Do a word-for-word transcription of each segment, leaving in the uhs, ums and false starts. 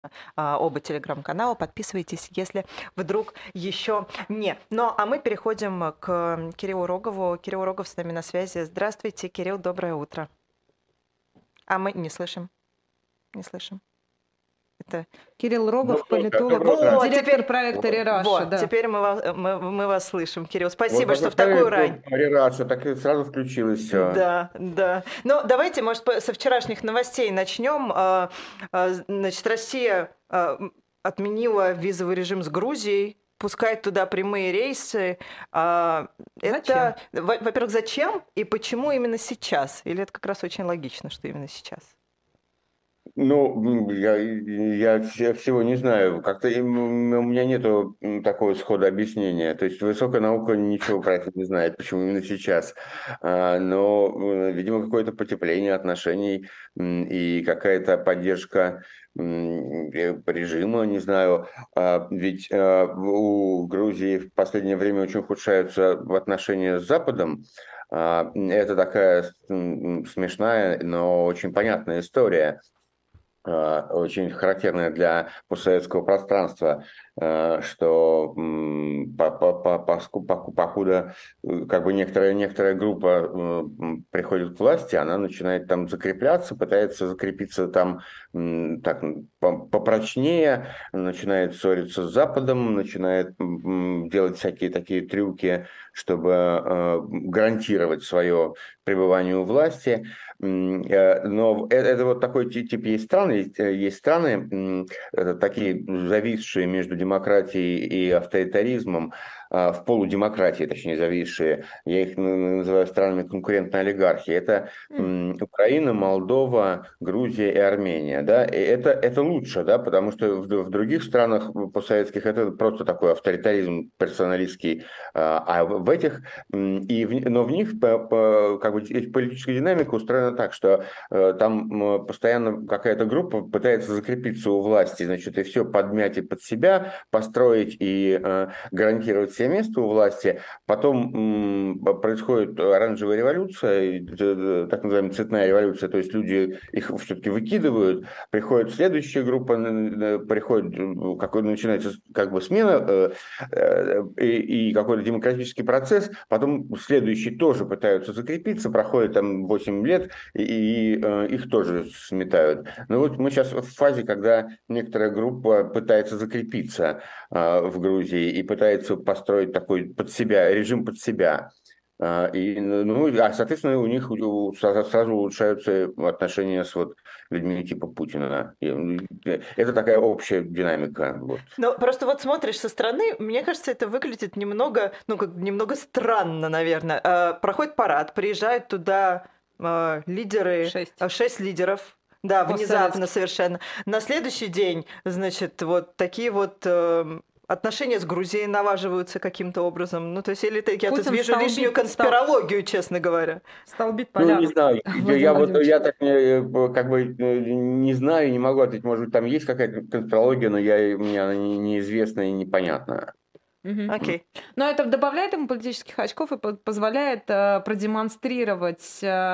а, оба телеграм-канала. Подписывайтесь, если вдруг еще не. Ну, а мы переходим к Кириллу Рогову. Кирилл Рогов с нами на связи. Здравствуйте, Кирилл, доброе утро. А мы не слышим. Не слышим. Это Кирилл Рогов, Доброе утро. политолог, Доброе утро. вот, директор теперь, проекта Вот, «Рераша», вот, да. теперь мы вас, мы, мы вас слышим, Кирилл. вот Спасибо, как что вы в такую сказали, рань. Рераша, так и сразу включилось все. Да, да. Ну, давайте, может, по- со вчерашних новостей начнем. А, а, Значит, Россия а, м, отменила визовый режим с Грузией, пускает туда прямые рейсы. А, Зачем? Это, во- во-первых, зачем и почему именно сейчас? Или это как раз очень логично, что именно сейчас? Ну, м, я, я вся- всего не знаю. Как-то им- у меня нету м, такого схода объяснения. То есть высокая наука ничего про это не знает, почему именно сейчас. А, Но, э, видимо, какое-то потепление отношений м, и какая-то поддержка м, э, режима, не знаю. А, Ведь э, у Грузии в последнее время очень ухудшаются отношения с Западом. А, Это такая м, смешная, но очень понятная история, э, очень характерная для постсоветского пространства, э, что м, по- по- по- поску- поку- покуда э, как бы некоторая, некоторая группа э, м, приходит к власти, она начинает там закрепляться, пытается закрепиться там м, так м, по- попрочнее, начинает ссориться с Западом, начинает м, м, делать всякие такие трюки, чтобы э, гарантировать свое пребывание у власти. М, э, Но это, это вот такой ти- тип есть страны, есть, э, есть страны м, это такие зависшие между демократией и авторитаризмом, а, в полудемократии, точнее, зависшие. Я их н- называю странами конкурентной олигархии. Это М. м, Украина, Молдова, Грузия и Армения. Да? И это, это лучше, да? Потому что в, в других странах постсоветских это просто такой авторитаризм персоналистский. А а в в этих М, И в, но в них по- по- как бы их политическая динамика устроена так, что э, там м, постоянно какая-то группа пытается закрепиться у власти, значит, и все подмять и под себя, построить и э, гарантировать себе место у власти. Потом м, происходит оранжевая революция, и, э, так называемая цветная революция, то есть люди их все-таки выкидывают, приходит следующая группа, н- н- приходит, э, какой начинается как бы смена э, э, и, и какой-то демократический процесс, потом следующие тоже пытаются закрепиться, проходит там восемь лет, и, и, э, их тоже сметают. Ну вот мы сейчас в фазе, когда некоторая группа пытается закрепиться э, в Грузии и пытается построить такой под себя, режим под себя. А, И, ну, а, соответственно, у них у- сразу сразу улучшаются отношения с вот людьми типа Путина. И, м, это такая общая динамика. Вот. Ну, просто вот смотришь со стороны, мне кажется, это выглядит немного, ну, как немного странно, наверное. А, Проходит парад, приезжают туда а, лидеры, Шесть а, шесть лидеров, да, внезапно постсоветских. совершенно. На следующий день, значит, вот такие вот эм, отношения с Грузией налаживаются каким-то образом. Ну, то есть, или ты- я тут Путин вижу лишнюю столбит, стол, конспирологию, честно говоря. столбит Ну, не поляну, знаю, я, Владимир я вот Владимирович. я так э, как бы э, не знаю, не могу ответить, может быть, там есть какая-то конспирология, но я, мне она не- неизвестна и непонятна. Мгм. М. Окей. Но это добавляет ему политических очков и по- позволяет э, продемонстрировать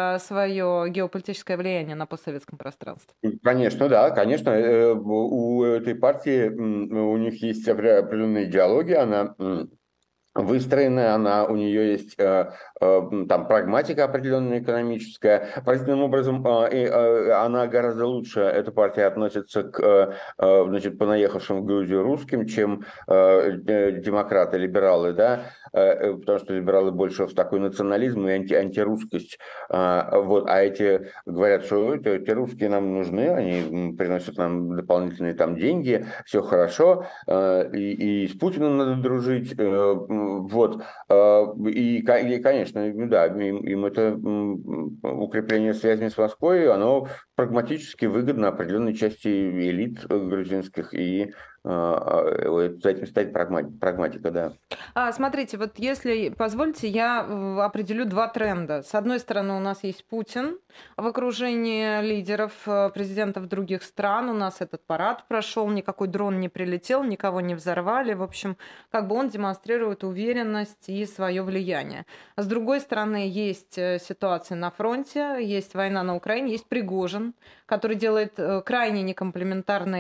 свое геополитическое влияние на постсоветском пространстве. Конечно, да, конечно, э, у этой партии м, у них есть опре- определенная идеология, она м, выстроенная, она, у нее есть э, э, м, там прагматика определенная экономическая. Поразительным образом, э, и, э, она гораздо лучше, эта партия относится к э, э, значит, понаехавшим в Грузию русским, чем э, э, демократы, либералы, да, э, э, потому что либералы больше в такой национализм и анти, антирусскость. А, вот, а эти говорят, что эти, эти русские нам нужны, они м, приносят нам дополнительные там деньги, все хорошо, э, и, и с Путиным надо дружить, э, м, вот, э, и, ко- и, конечно, ну да, им, им это м, укрепление связей с Москвой, оно прагматически выгодно определенной части элит э, грузинских, и э, э, за этим стоит прагма- прагматика, да. А, смотрите, вот если позволите, я э, определю два тренда. С одной стороны, у нас есть Путин в окружении лидеров, э, президентов других стран. У нас этот парад прошел, никакой дрон не прилетел, никого не взорвали. В общем, как бы он демонстрирует уверенность и свое влияние. А с другой стороны, есть э, ситуация на фронте, есть война на Украине, есть Пригожин, который делает э, крайне некомплементарные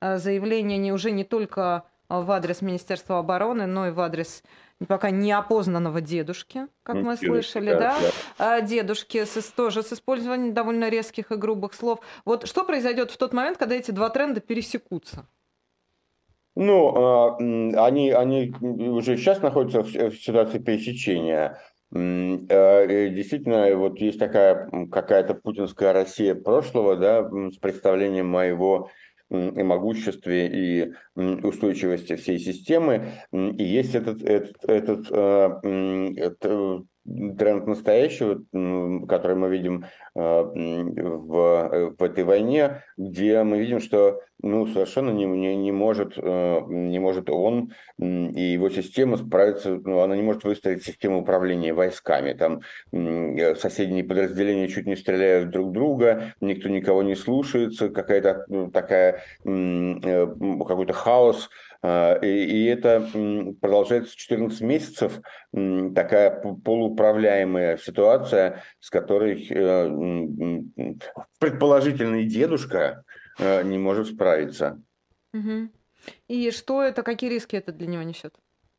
заявления не, уже не только в адрес Министерства обороны, но и в адрес пока неопознанного дедушки, как мы Дедушки, слышали, да, да, да. А, дедушки с, тоже с использованием довольно резких и грубых слов. Вот что произойдет в тот момент, когда эти два тренда пересекутся? Ну, а, м, они, они уже сейчас находятся в, в ситуации пересечения. М, э, э, Действительно, вот есть такая м, какая-то путинская Россия прошлого, да, м, с представлением о его м, и могуществе и м, устойчивости всей системы. М, И есть этот, этот, этот, э, м, это тренд настоящего, м, который мы видим э, м, в, в этой войне, где мы видим, что ну, совершенно не, не, не может, э, не может он м, и его система справиться, ну, она не может выстроить систему управления войсками. Там м, э, соседние подразделения чуть не стреляют друг в друга, никто никого не слушается, какая-то ну, такая, м, э, м, какой-то хаос. А, И, и это м, продолжается четырнадцать месяцев, м, такая п- полууправляемая ситуация, с которой э, м, м, предположительный дедушка э, не может справиться. Мгм. И что это, какие риски это для него несет?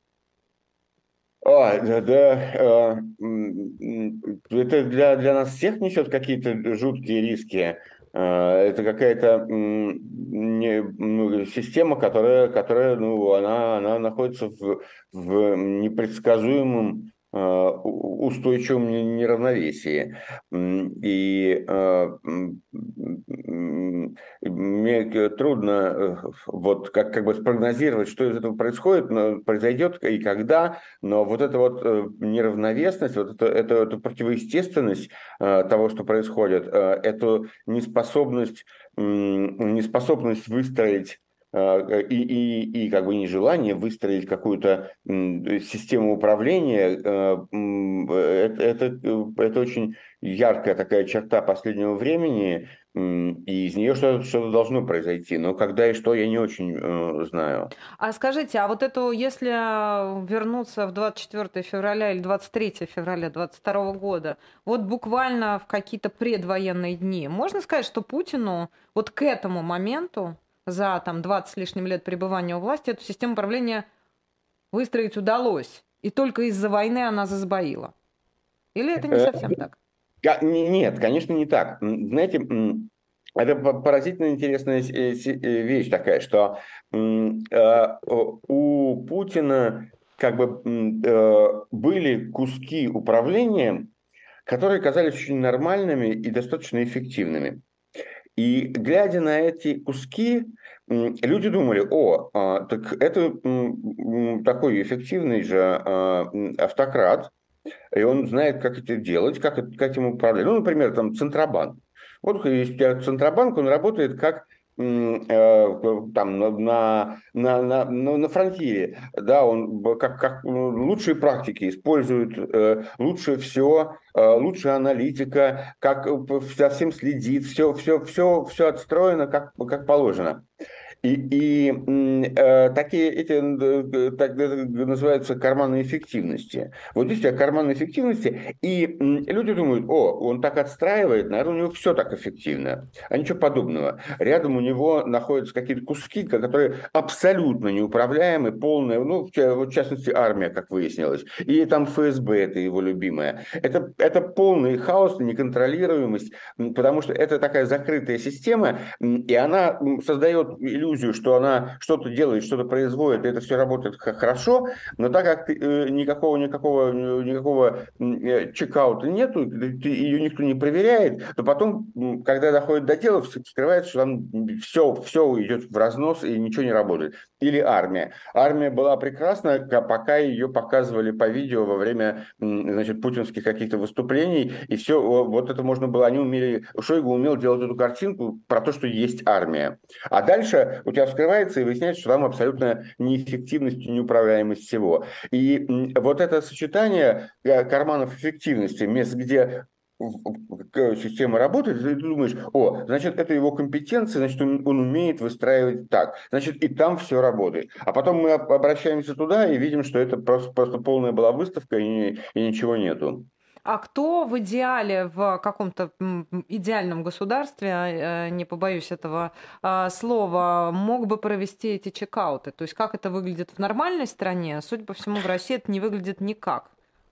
А, да, да, э, м, м, это для, для нас всех несет какие-то жуткие риски. Э, Это какая-то м, не- ну, система, которая, которая ну, она, она находится в, в непредсказуемом э, у- устойчивом не- неравновесии. М, И э, м, м, мне трудно э, вот как, как бы спрогнозировать, что из этого происходит, но произойдет и когда. Но вот эта вот э, неравновесность, вот это, это, эту противоестественность э, того, что происходит, э, эту неспособность, м, неспособность выстроить э, и, и, и как бы нежелание выстроить какую-то м, систему управления, э, м, это, это, это очень яркая такая черта последнего времени, м, и из нее что-то, что-то должно произойти. Но когда и что, я не очень э, знаю. А скажите, а вот эту, если а, вернуться в двадцать четвёртое февраля или двадцать третье февраля двадцать второго года, вот буквально в какие-то предвоенные дни, можно сказать, что Путину вот к этому моменту, за там двадцать с лишним лет пребывания у власти, эту систему управления выстроить удалось, и только из-за войны она засбоила? Или это не Э, совсем так? Ка- не- Нет, конечно, не так. М, Знаете, м, это по- поразительно интересная с- э, си- э, вещь такая, что м, э, о- у Путина как бы м, э, были куски управления, которые казались очень нормальными и достаточно эффективными. И глядя на эти куски, м, люди думали, о, а, так это м, м, такой эффективный же а, м, автократ, и он знает, как это делать, как, это- как этим управлять. Ну, например, там Центробанк. Вот есть у тебя Центробанк, он работает как м, э, там на, на, на, на, на- на фронтире, да, он б- как, как м, лучшие практики использует, э, лучше все, лучшая аналитика, как э, за всем следит, все, все, все, все отстроено как, как положено. И, и м, э, такие эти э, так это называются карманы эффективности. Вот здесь у тебя карманы эффективности, и м, люди думают, о, он так отстраивает, наверное, у него все так эффективно. А ничего подобного. Рядом у него находятся какие-то куски, которые абсолютно неуправляемы, полные, ну, в ча- вот в частности, армия, как выяснилось, и там эф эс бэ, это его любимое. Это, это полный хаос, неконтролируемость, м, потому что это такая закрытая система, м, и она м, создает иллюзию, что она что-то делает, что-то производит, и это все работает х- хорошо, но так как ты, э, никакого, никакого, э, никакого м, э, чекаута нету, ты- ты- ее никто не проверяет, то потом, м, когда доходит до дела, вс- вскрывается, что там все, все идет в разнос и ничего не работает. Или армия. Армия была прекрасна, ка- пока ее показывали по видео во время, м, значит, путинских каких-то выступлений, и все, вот это можно было, они умели, Шойгу умел делать эту картинку про то, что есть армия. А дальше у тебя вскрывается и выясняется, что там абсолютно неэффективность и неуправляемость всего. И м, вот это сочетание э, карманов эффективности, мест, где в- к- система работает, и ты думаешь, о, значит, это его компетенция, значит, он, он умеет выстраивать так, значит, и там все работает. А потом мы об- обращаемся туда и видим, что это просто, просто полная была выставка и, и ничего нету. А кто в идеале, в каком-то м, идеальном государстве, э, не побоюсь этого а, слова, мог бы провести эти чекауты? То есть как это выглядит в нормальной стране? Судя по всему, в России это не выглядит никак.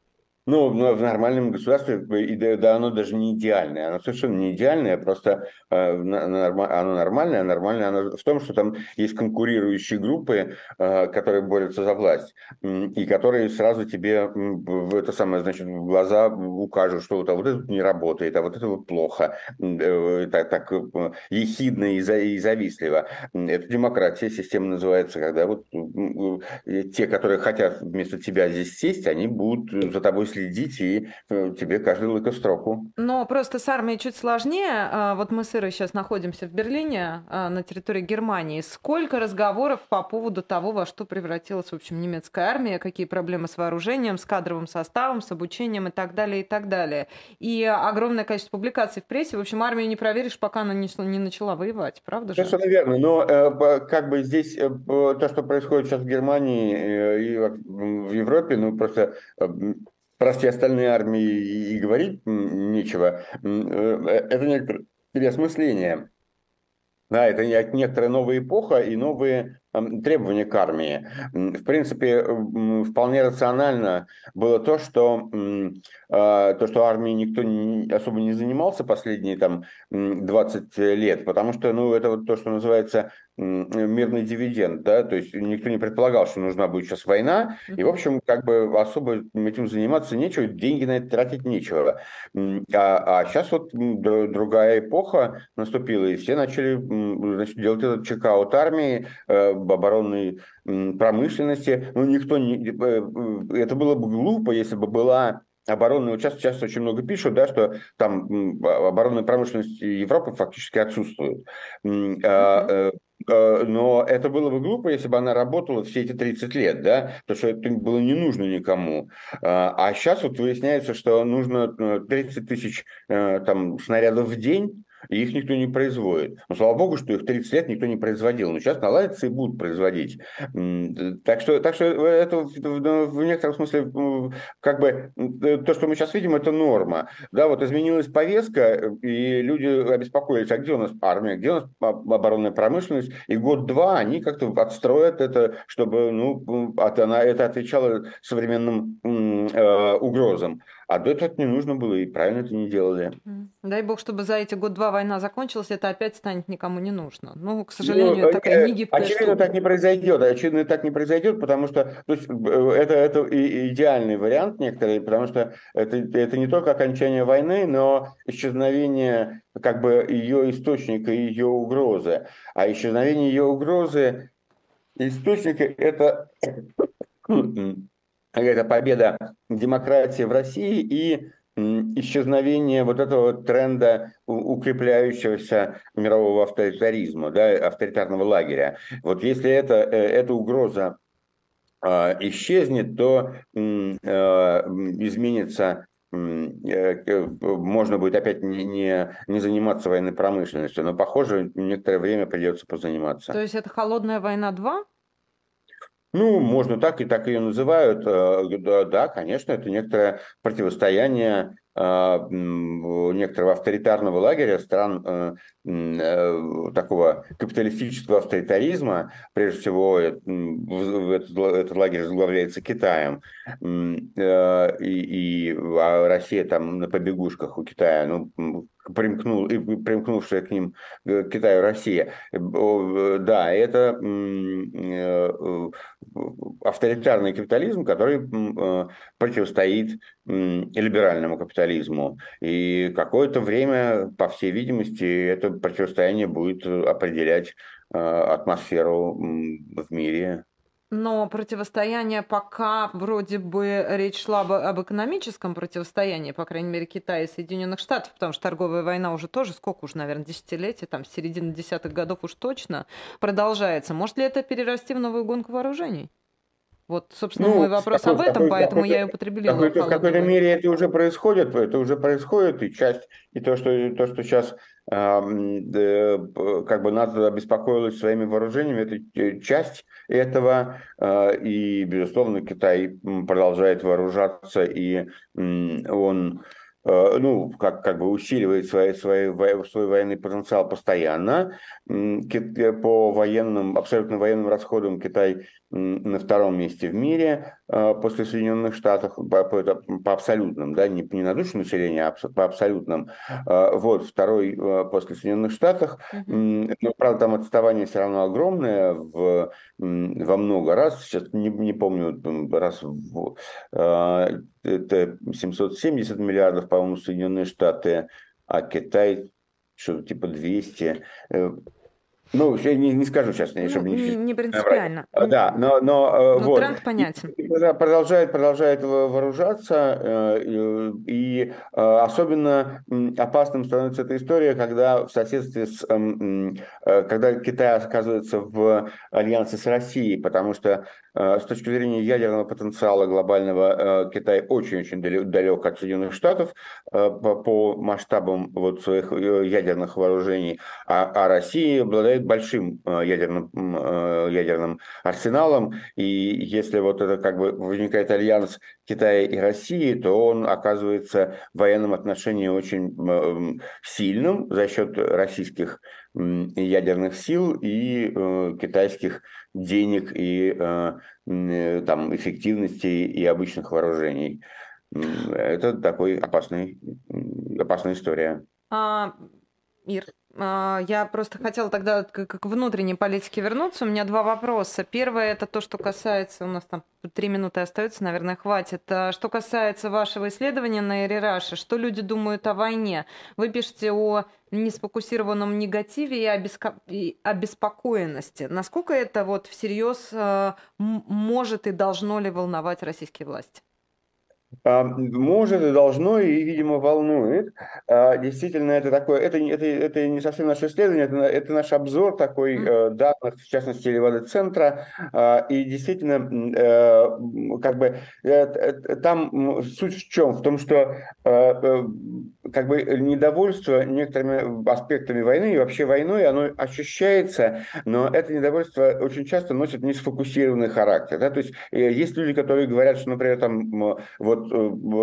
Ну, но в нормальном государстве, и да, да, оно даже не идеальное. Оно совершенно не идеальное, просто э, на- норма- оно нормальное. А нормальное оно в том, что там есть конкурирующие группы, э, которые борются за власть, м, и которые сразу тебе м, в это самое, значит, в глаза укажут, что вот, а вот это вот не работает, а вот это вот плохо, м, э, так, так э, ехидно и, за- и завистливо. М, Это демократия, система называется, когда вот м, э, те, которые хотят вместо тебя здесь сесть, они будут за тобой следить и э, тебе каждый лыко в строку. Но просто с армией чуть сложнее. А, Вот мы с Ирой сейчас находимся в Берлине, а, на территории Германии. Сколько разговоров по поводу того, во что превратилась, в общем, немецкая армия, какие проблемы с вооружением, с кадровым составом, с обучением и так далее, и так далее. И огромное количество публикаций в прессе. В общем, армию не проверишь, пока она не с- не начала воевать. Правда же? Совершенно верно. Но э, по- как бы здесь э, по- то, что происходит сейчас в Германии э, и во- в Европе, ну просто э, м, про все остальные армии и, и говорить м, нечего. М, э, Это некоторое переосмысление. Да, это не- некоторая новая эпоха и новые ам, требования к армии. М, В принципе, м, вполне рационально было то, что, м, а, то, что армией никто не- особо не занимался последние там, м, двадцать лет, потому что ну, это вот то, что называется м, мирный дивиденд. Да? То есть никто не предполагал, что нужна будет сейчас война, и, в Мгм. общем, как бы особо этим заниматься нечего, деньги на это тратить нечего. М, А, а сейчас вот м, д- другая эпоха наступила, и все начали м, значит, делать этот чекаут армии, э, оборонной м, промышленности. Ну, никто не... э, э, Это было бы глупо, если бы была оборонная, вот сейчас, сейчас очень много пишут, да, что там м, а- оборонная промышленность Европы фактически отсутствует. М, а, Мгм. э, э, Но это было бы глупо, если бы она работала все эти тридцать лет, да, потому что это было не нужно никому. А а сейчас вот выясняется, что нужно э, тридцать тысяч э, там, снарядов в день, и их никто не производит. Ну, слава богу, что их тридцать лет никто не производил. Но сейчас наладится и будут производить. М, Так что, так что это в, в- в некотором смысле м, как бы м, то, что мы сейчас видим, это норма. Да, вот изменилась повестка, э, и люди обеспокоились, а где у нас армия, где у нас об- оборонная промышленность, и год-два они как-то отстроят это, чтобы ну, м, от- она, это отвечало современным м, э, угрозам. А до этого это не нужно было, и правильно это не делали. М. Дай бог, чтобы за эти год-два война закончилась, это опять станет никому не нужно. Ну, к Ну, сожалению, э, такая э, негибкая очевидно, штука. так не произойдет. Очевидно, так не произойдет, потому что то есть, э, это, это и- идеальный вариант некоторые, потому что это, это не только окончание войны, но исчезновение как бы ее источника и ее угрозы. А исчезновение ее угрозы источника это это победа демократии в России и м, исчезновение вот этого тренда у- укрепляющегося мирового авторитаризма, да, авторитарного лагеря. Вот если это, э, эта угроза а, исчезнет, то м, э, м, изменится, м, э, э, можно будет опять не, не, не заниматься военной промышленностью, но, похоже, некоторое время придется То позаниматься. есть это холодная война два? Ну, можно так и так ее называют. Э, Да, да, конечно, это некоторое противостояние э, м, некоторого авторитарного лагеря стран э, м, э, такого капиталистического авторитаризма. Прежде всего, э, м, в- этот, ла- этот лагерь возглавляется Китаем. М, э, И, и а Россия там на побегушках у Китая, ну, м, примкнул, и примкнувшая к ним э, к Китаю Россия. Э, о, э, Да, это м, э, авторитарный капитализм, который м, э, противостоит м, либеральному капитализму. И какое-то время, по всей видимости, это противостояние будет э, определять э, атмосферу м, в мире. Но противостояние пока вроде бы речь шла бы об экономическом противостоянии, по крайней мере, Китая и Соединенных Штатов, потому что торговая война уже тоже сколько уж, наверное, десятилетий, там, с середины десятых годов уж точно продолжается. Может ли это перерасти в новую гонку вооружений? Вот, собственно, Ну, мой в вопрос об какой- этом, какой- поэтому какой-то- я и в употребила какой-то, в какой-то холодную войну. мере это уже происходит, это уже происходит, и часть, и то, что, то, что сейчас ам, да, п- как бы НАТО обеспокоилось своими вооружениями, это э, часть этого, а, и, безусловно, Китай м, продолжает вооружаться, и м, он э, ну, как, как бы усиливает свои, свои, во- свой военный потенциал постоянно. М, Кит- э, По военным, абсолютно военным расходам Китай м, на втором месте в мире э, после Соединенных Штатов, по, по- это по абсолютным, да, не, не на душу населения, а абс- по абсолютным. Э, Вот, второй э, после Соединенных Штатов. Мгм. М, Но, правда, там отставание все равно огромное в, м, во много раз. Сейчас не, не помню, м, раз в, э, это семьсот семьдесят миллиардов, по-моему, Соединенные Штаты, а Китай что-то типа двести. Э, ну, я не, не скажу сейчас, Ну, чтобы не не, чуть не набрать. принципиально. А, Да, но, но э, Но вот. тренд И понятен. продолжает, продолжает во- вооружаться, э, и э, особенно м, опасным становится эта история, когда в соседстве с, эм, м, э, когда Китай оказывается в альянсе с Россией, потому что э, с точки зрения ядерного потенциала глобального э, Китай очень-очень далек, далек от Соединенных Штатов э, по, по масштабам вот своих э, ядерных вооружений, а, а Россия обладает большим э, ядерным, м, э, ядерным арсеналом, и если вот это как бы возникает альянс Китая и России, то он оказывается в военном отношении очень м, сильным за счет российских м, ядерных сил и э, китайских денег и э, м, э, там эффективности и обычных вооружений. М, Это такой опасный, м, опасная история. А, Ир, а, я просто хотела тогда к, к внутренней политике вернуться. У меня два вопроса. Первое это то, что касается, у нас там три минуты остается, наверное, хватит. А, Что касается вашего исследования на Эрираше, что люди думают о войне? Вы пишете о несфокусированном негативе и, обеско- и обеспокоенности. Насколько это вот всерьез а, м- может и должно ли волновать российские власти? А, Может и должно, и, видимо, волнует. А, Действительно, это такое, это, не- это, это не совсем наше исследование, это, на- это наш обзор такой М, э, данных, в частности, Левада-центра. А, И действительно, м, э, м, как бы э, э, там м, суть в чем? В том, что э, э, как бы недовольство некоторыми аспектами войны и вообще войной, оно ощущается, но это недовольство очень часто носит несфокусированный характер. Да? То есть э, есть люди, которые говорят, что, например, там м, вот э,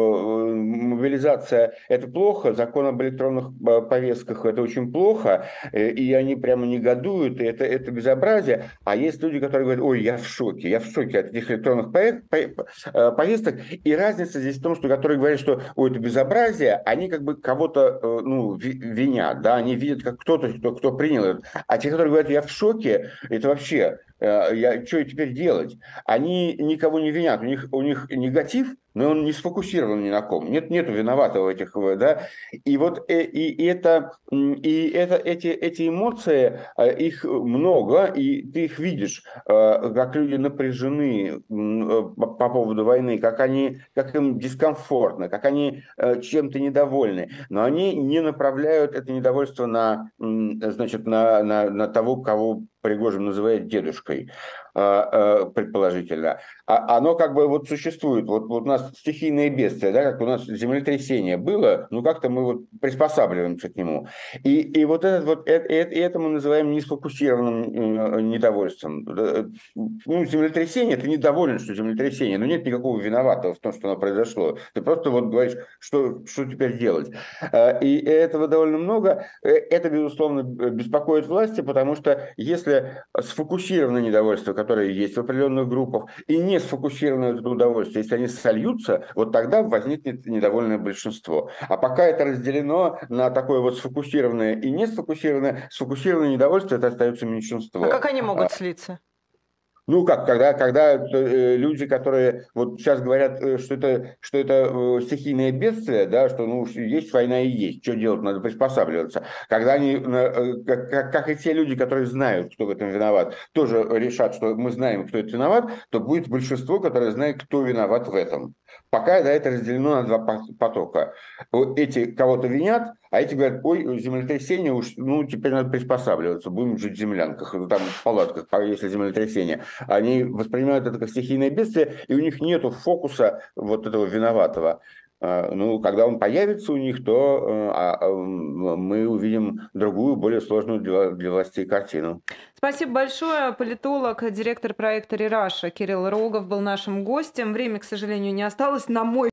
м, мобилизация – это плохо, закон об электронных э, повестках – это очень плохо, э, и они прямо негодуют, и это, это безобразие. А есть люди, которые говорят: ой, я в шоке, я в шоке от этих электронных пове- по- э, повесток. И разница здесь в том, что которые говорят, что ой, это безобразие, они как бы кого-то э, ну, ви- винят, да, они видят, как кто-то, кто, кто принял это. А те, которые говорят: я в шоке, это вообще, э, я, что теперь делать? Они никого не винят, у них, у них негатив, но он не сфокусирован ни на ком. Нет, нету виноватого в этих, э, да. И вот э, и, и это, м, и это, эти, эти эмоции, э, их много, и ты их видишь, э, как люди напряжены м, э, по по поводу войны, как они, как им дискомфортно, как они э, чем-то недовольны. Но они не направляют это недовольство на, м, значит, на, на, на того, кого Пригожин называет дедушкой, а, а, предположительно. А оно как бы вот существует. Вот, вот у нас стихийное бедствие, да, как у нас землетрясение было, ну как-то мы вот приспосабливаемся к нему. И, и вот этот вот, это, это, это мы называем несфокусированным э, недовольством. Э, Ну, землетрясение, ты недоволен, что землетрясение, но нет никакого виноватого в том, что оно произошло. Ты просто вот говоришь, что, что теперь делать. Э, И этого довольно много. Э, Это, безусловно, беспокоит власти, потому что если сфокусированное недовольство, которое есть в определенных группах, и не сфокусированное это удовольствие, если они сольются, вот тогда возникнет недовольное большинство. А пока это разделено на такое вот сфокусированное и не сфокусированное, сфокусированное недовольство это остается А меньшинство. как они А, могут слиться? Ну как, когда, когда э, люди, которые вот сейчас говорят, э, что это, что это э, стихийное бедствие, да, что ну, есть война и есть, что делать, надо приспосабливаться. Когда они, э, как, как, как и те люди, которые знают, кто в этом виноват, тоже решат, что мы знаем, кто это виноват, то будет большинство, которое знает, кто виноват в этом. Пока да, это разделено на два потока. Вот эти кого-то винят, А эти говорят, ой, землетрясение, уж, ну, теперь надо приспосабливаться, будем жить в землянках, ну, там в палатках, если землетрясение. Они воспринимают это как стихийное бедствие, и у них нет фокуса вот этого виноватого. А, ну, когда он появится у них, то а, а, мы увидим другую, более сложную для, для властей картину. Спасибо большое. Политолог, директор проекта «Рераша» Кирилл Рогов был нашим гостем. Время, к сожалению, не осталось. На мой